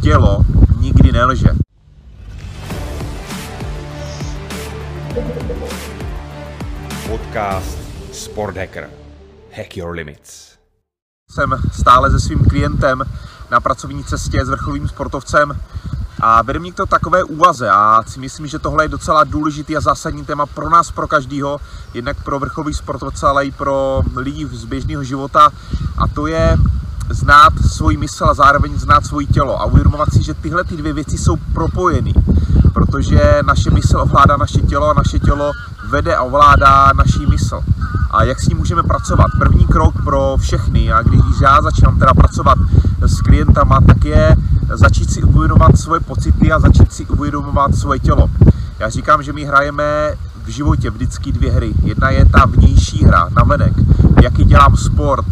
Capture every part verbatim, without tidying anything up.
Tělo nikdy nelže. Podcast Sport Hacker. Hack your limits. Jsem stále se svým klientem na pracovní cestě s vrcholovým sportovcem a vede mě to takové úvaze a si myslím, že tohle je docela důležitý a zásadní téma pro nás, pro každýho, jednak pro vrcholový sportovce, ale i pro lidi z běžného života, a to je znát svůj mysl a zároveň znát svoje tělo a uvědomovat si, že tyhle ty dvě věci jsou propojený, protože naše mysl ovládá naše tělo a naše tělo vede a ovládá naší mysl. A jak s ní můžeme pracovat? První krok pro všechny, a když já začínám teda pracovat s klientama, tak je začít si uvědomovat svoje pocity a začít si uvědomovat svoje tělo. Já říkám, že my hrajeme v životě vždycky dvě hry. Jedna je ta vnější hra, navenek, jaký dělám sport,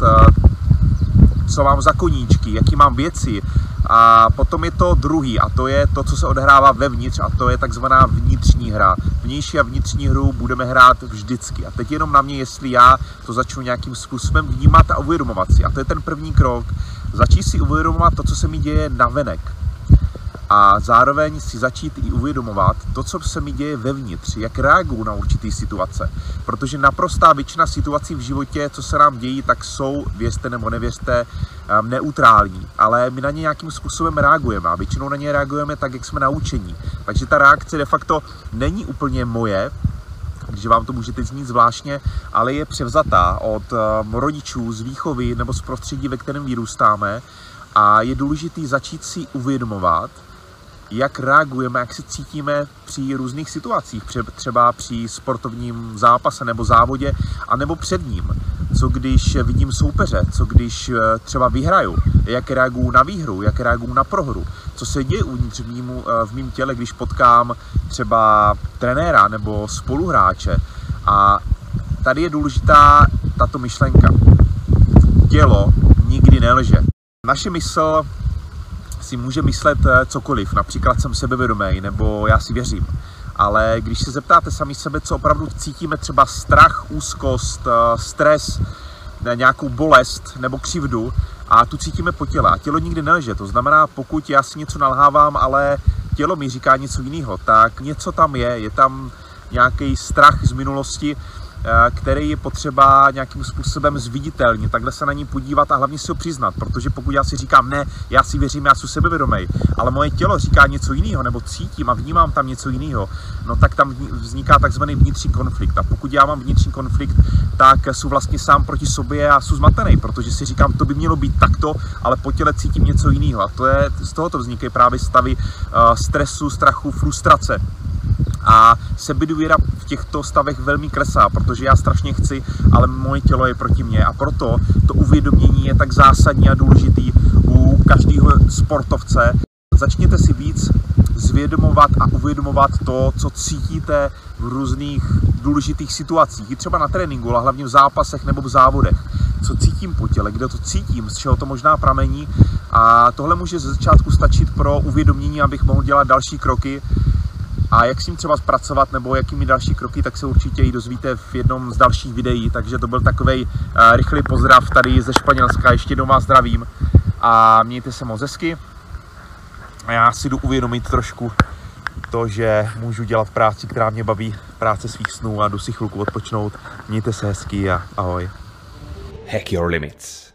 co mám za koníčky, jaký mám věci. A potom je to druhý, a to je to, co se odehrává vevnitř, a to je takzvaná vnitřní hra. Vnější a vnitřní hru budeme hrát vždycky. A teď jenom na mě, jestli já to začnu nějakým způsobem vnímat a uvědomovat si. A to je ten první krok. Začít si uvědomovat to, co se mi děje navenek. A zároveň si začít i uvědomovat to, co se mi děje vevnitř, jak reaguju na určité situace. Protože naprostá většina situací v životě, co se nám dějí, tak jsou, věřte nebo nevěřte, neutrální. Ale my na ně nějakým způsobem reagujeme a většinou na ně reagujeme tak, jak jsme naučení. Takže ta reakce de facto není úplně moje, když vám to můžete znít zvláštně, ale je převzatá od rodičů, z výchovy nebo z prostředí, ve kterém vyrůstáme. A je důležité začít si uvědomovat, jak reagujeme, jak se cítíme při různých situacích, třeba při sportovním zápase nebo závodě, anebo před ním. Co když vidím soupeře, co když třeba vyhraju, jak reaguju na výhru, jak reaguju na prohru, co se děje uvnitř v mým, v mým těle, když potkám třeba trenéra nebo spoluhráče. A tady je důležitá tato myšlenka. Tělo nikdy nelže. Naše mysl si může myslet cokoliv, například jsem sebevědomý, nebo já si věřím. Ale když se zeptáte sami sebe, co opravdu cítíme, třeba strach, úzkost, stres, nějakou bolest nebo křivdu, a tu cítíme po těle. A tělo nikdy nelže. To znamená, pokud já si něco nalhávám, ale tělo mi říká něco jiného, tak něco tam je. Je tam nějaký strach z minulosti, který je potřeba nějakým způsobem zviditelnit, takhle se na ní podívat a hlavně si ho přiznat, protože pokud já si říkám, ne, já si věřím, já jsem sebevědomý, ale moje tělo říká něco jiného, nebo cítím a vnímám tam něco jiného, no tak tam vzniká takzvaný vnitřní konflikt. A pokud já mám vnitřní konflikt, tak jsem vlastně sám proti sobě a jsem zmatený, protože si říkám, to by mělo být takto, ale po těle cítím něco jiného. A to je, z tohoto vznikají právě stavy uh, stresu, strachu, frustrace. A sebedůvěra v těchto stavech velmi klesá, protože já strašně chci, ale moje tělo je proti mně. A proto to uvědomění je tak zásadní a důležitý u každého sportovce. Začněte si víc zvědomovat a uvědomovat to, co cítíte v různých důležitých situacích, i třeba na tréninku, ale hlavně v zápasech nebo v závodech. Co cítím po těle, kde to cítím, z čeho to možná pramení. A tohle může ze začátku stačit pro uvědomění, abych mohl dělat další kroky. A jak s tím třeba zpracovat nebo jakými další kroky, tak se určitě i dozvíte v jednom z dalších videí. Takže to byl takovej uh, rychlý pozdrav tady ze Španělska. Ještě jednou vás zdravím a mějte se moc hezky. A já si jdu uvědomit trošku to, že můžu dělat práci, která mě baví, práce svých snů, a jdu si chvilku odpočnout. Mějte se hezky a ahoj. Hack your limits.